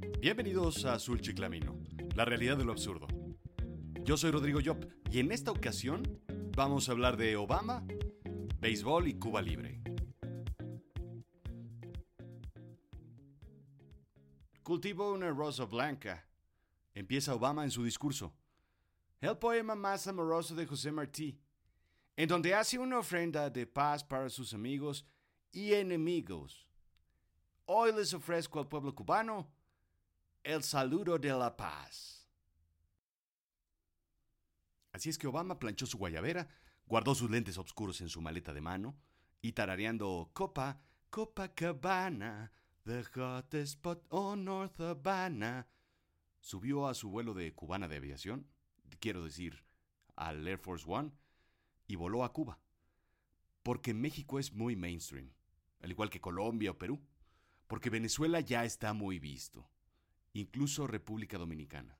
Bienvenidos a Azul Chiclamino, la realidad de lo absurdo. Yo soy Rodrigo Llop y en esta ocasión vamos a hablar de Obama, béisbol y Cuba Libre. Cultivo una rosa blanca. Empieza Obama en su discurso. El poema más amoroso de José Martí, en donde hace una ofrenda de paz para sus amigos y enemigos. Hoy les ofrezco al pueblo cubano el saludo de la paz. Así es que Obama planchó su guayabera, guardó sus lentes oscuros en su maleta de mano y tarareando Copacabana, the hot spot on North Havana, subió a su vuelo de cubana de aviación, quiero decir, al Air Force One, y voló a Cuba. Porque México es muy mainstream, al igual que Colombia o Perú. Porque Venezuela ya está muy visto. Incluso República Dominicana.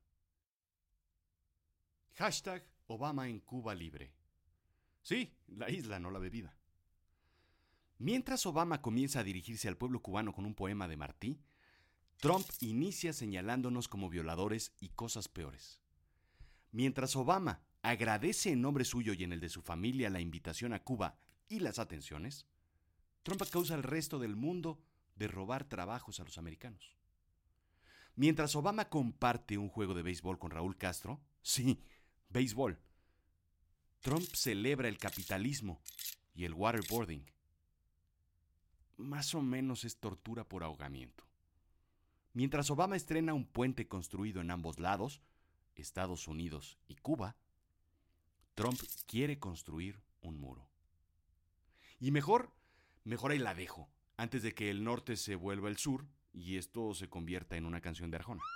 Hashtag Obama en Cuba Libre. Sí, la isla, no la bebida. Mientras Obama comienza a dirigirse al pueblo cubano con un poema de Martí, Trump inicia señalándonos como violadores y cosas peores. Mientras Obama agradece en nombre suyo y en el de su familia la invitación a Cuba y las atenciones, Trump acusa al resto del mundo de robar trabajos a los americanos. Mientras Obama comparte un juego de béisbol con Raúl Castro, sí, béisbol, Trump celebra el capitalismo y el waterboarding. Más o menos es tortura por ahogamiento. Mientras Obama estrena un puente construido en ambos lados, Estados Unidos y Cuba, Trump quiere construir un muro. Y mejor ahí la dejo, antes de que el norte se vuelva el sur y esto se convierta en una canción de Arjona.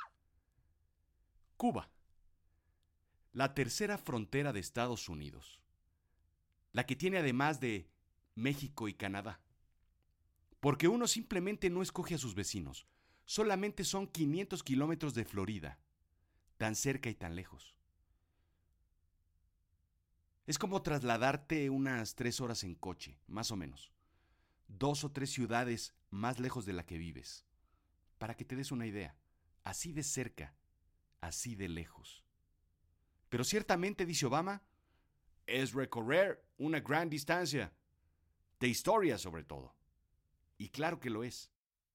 Cuba, la tercera frontera de Estados Unidos, la que tiene además de México y Canadá. Porque uno simplemente no escoge a sus vecinos, solamente son 500 kilómetros de Florida, tan cerca y tan lejos. Es como trasladarte unas 3 horas en coche, más o menos. 2 o 3 ciudades más lejos de la que vives. Para que te des una idea, así de cerca, así de lejos. Pero ciertamente, dice Obama, es recorrer una gran distancia, de historia sobre todo. Y claro que lo es.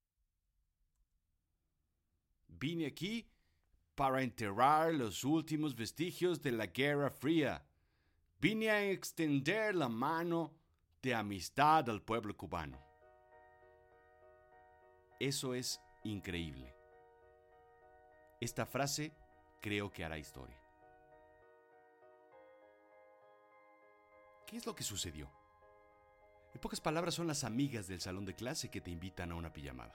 Vine aquí para enterrar los últimos vestigios de la Guerra Fría. Vine a extender la mano de amistad al pueblo cubano. Eso es increíble. Esta frase creo que hará historia. ¿Qué es lo que sucedió? En pocas palabras, son las amigas del salón de clase que te invitan a una pijamada.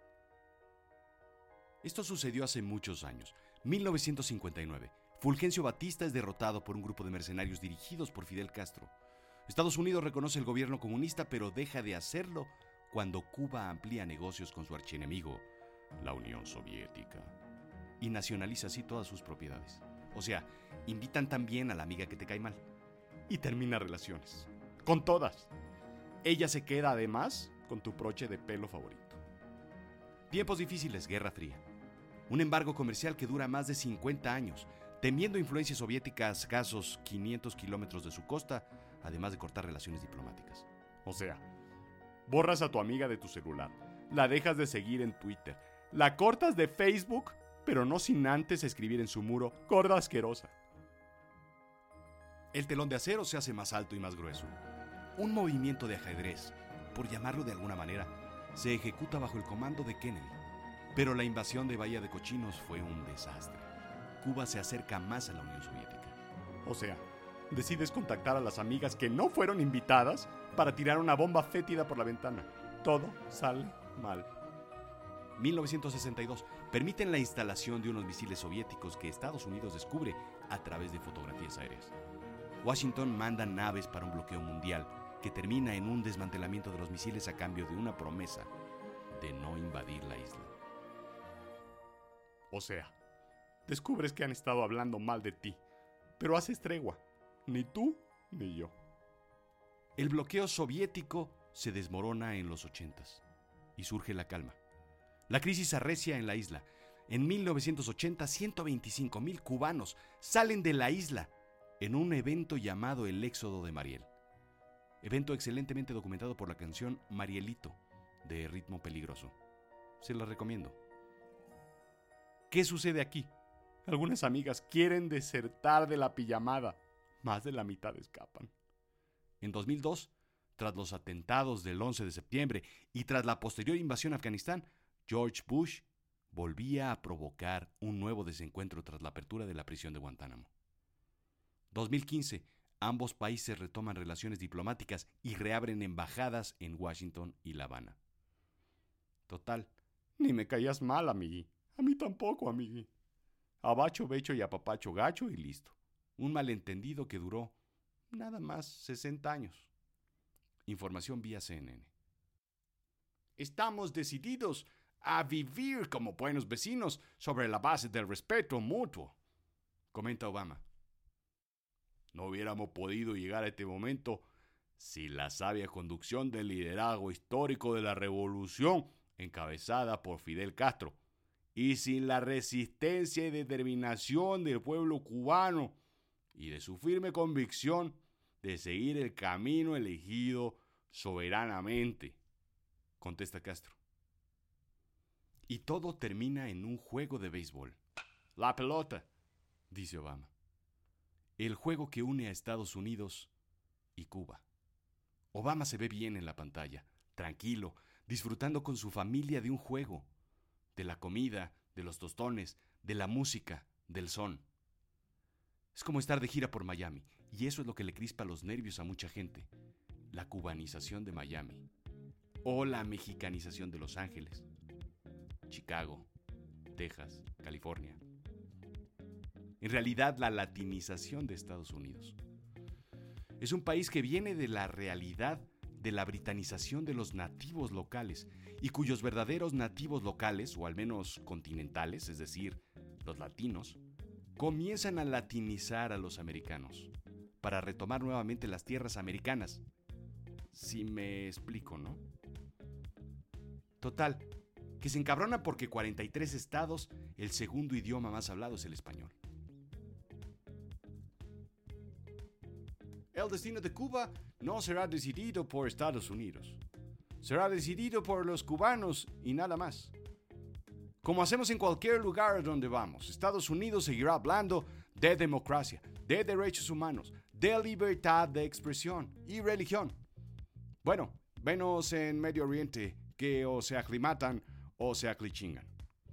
Esto sucedió hace muchos años, 1959. Fulgencio Batista es derrotado por un grupo de mercenarios dirigidos por Fidel Castro. Estados Unidos reconoce el gobierno comunista, pero deja de hacerlo cuando Cuba amplía negocios con su archienemigo, la Unión Soviética, y nacionaliza así todas sus propiedades. O sea, invitan también a la amiga que te cae mal. Y termina relaciones. Con todas. Ella se queda además con tu broche de pelo favorito. Tiempos difíciles, Guerra Fría. Un embargo comercial que dura más de 50 años, temiendo influencias soviéticas a escasos 500 kilómetros de su costa, además de cortar relaciones diplomáticas. O sea, borras a tu amiga de tu celular, la dejas de seguir en Twitter, la cortas de Facebook, pero no sin antes escribir en su muro, gorda asquerosa. El telón de acero se hace más alto y más grueso. Un movimiento de ajedrez, por llamarlo de alguna manera, se ejecuta bajo el comando de Kennedy. Pero la invasión de Bahía de Cochinos fue un desastre. Cuba se acerca más a la Unión Soviética. O sea, decides contactar a las amigas que no fueron invitadas para tirar una bomba fétida por la ventana. Todo sale mal. 1962. Permiten la instalación de unos misiles soviéticos que Estados Unidos descubre a través de fotografías aéreas. Washington manda naves para un bloqueo mundial que termina en un desmantelamiento de los misiles a cambio de una promesa de no invadir la isla. O sea, descubres que han estado hablando mal de ti, pero haces tregua. Ni tú ni yo. El bloqueo soviético se desmorona en los 80s y surge la calma. La crisis arrecia en la isla. En 1980, 125,000 cubanos salen de la isla en un evento llamado el Éxodo de Mariel. Evento excelentemente documentado por la canción Marielito, de Ritmo Peligroso. Se la recomiendo. ¿Qué sucede aquí? Algunas amigas quieren desertar de la pijamada. Más de la mitad escapan. En 2002, tras los atentados del 11 de septiembre y tras la posterior invasión a Afganistán, George Bush volvía a provocar un nuevo desencuentro tras la apertura de la prisión de Guantánamo. 2015, ambos países retoman relaciones diplomáticas y reabren embajadas en Washington y La Habana. Total, ni me caías mal, amigui. A mí tampoco, amigui. Abacho, becho y apapacho gacho y listo. Un malentendido que duró nada más 60 años. Información vía CNN. Estamos decididos a vivir como buenos vecinos sobre la base del respeto mutuo, comenta Obama. No hubiéramos podido llegar a este momento sin la sabia conducción del liderazgo histórico de la revolución encabezada por Fidel Castro y sin la resistencia y determinación del pueblo cubano y de su firme convicción de seguir el camino elegido soberanamente, contesta Castro. Y todo termina en un juego de béisbol. La pelota, dice Obama. El juego que une a Estados Unidos y Cuba. Obama se ve bien en la pantalla, tranquilo, disfrutando con su familia de un juego, de la comida, de los tostones, de la música, del son. Es como estar de gira por Miami, y eso es lo que le crispa los nervios a mucha gente. La cubanización de Miami, o la mexicanización de Los Ángeles, Chicago, Texas, California. En realidad, la latinización de Estados Unidos. Es un país que viene de la realidad de la britanización de los nativos locales y cuyos verdaderos nativos locales, o al menos continentales, es decir, los latinos, comienzan a latinizar a los americanos para retomar nuevamente las tierras americanas. Si me explico, ¿no? Total, que se encabrona porque 43 estados, el segundo idioma más hablado es el español. El destino de Cuba no será decidido por Estados Unidos. Será decidido por los cubanos y nada más. Como hacemos en cualquier lugar donde vamos, Estados Unidos seguirá hablando de democracia, de derechos humanos, de libertad de expresión y religión. Bueno, menos en Medio Oriente, que o se aclimatan o se aclichingan.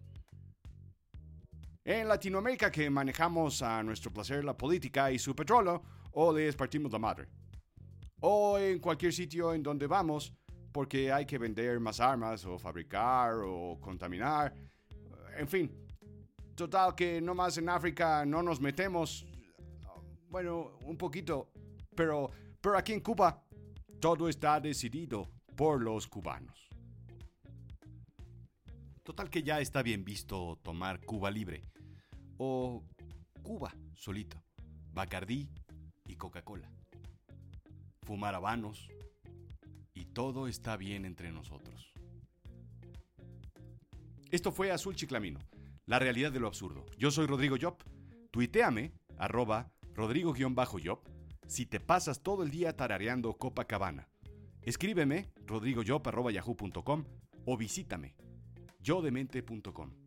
En Latinoamérica, que manejamos a nuestro placer la política y su petróleo, o les partimos la madre. O en cualquier sitio en donde vamos, porque hay que vender más armas, o fabricar, o contaminar. En fin, total que nomás en África no nos metemos. Bueno, un poquito, pero aquí en Cuba todo está decidido por los cubanos. Total que ya está bien visto tomar Cuba Libre, o Cuba solito, Bacardí y Coca-Cola, fumar habanos, y todo está bien entre nosotros. Esto fue Azul Chiclamino, la realidad de lo absurdo. Yo soy Rodrigo Llop. Tuiteame, @Rodrigo_Llop, si te pasas todo el día tarareando Copacabana. Escríbeme, rodrigoyop@yahoo.com, o visítame, yodemente.com.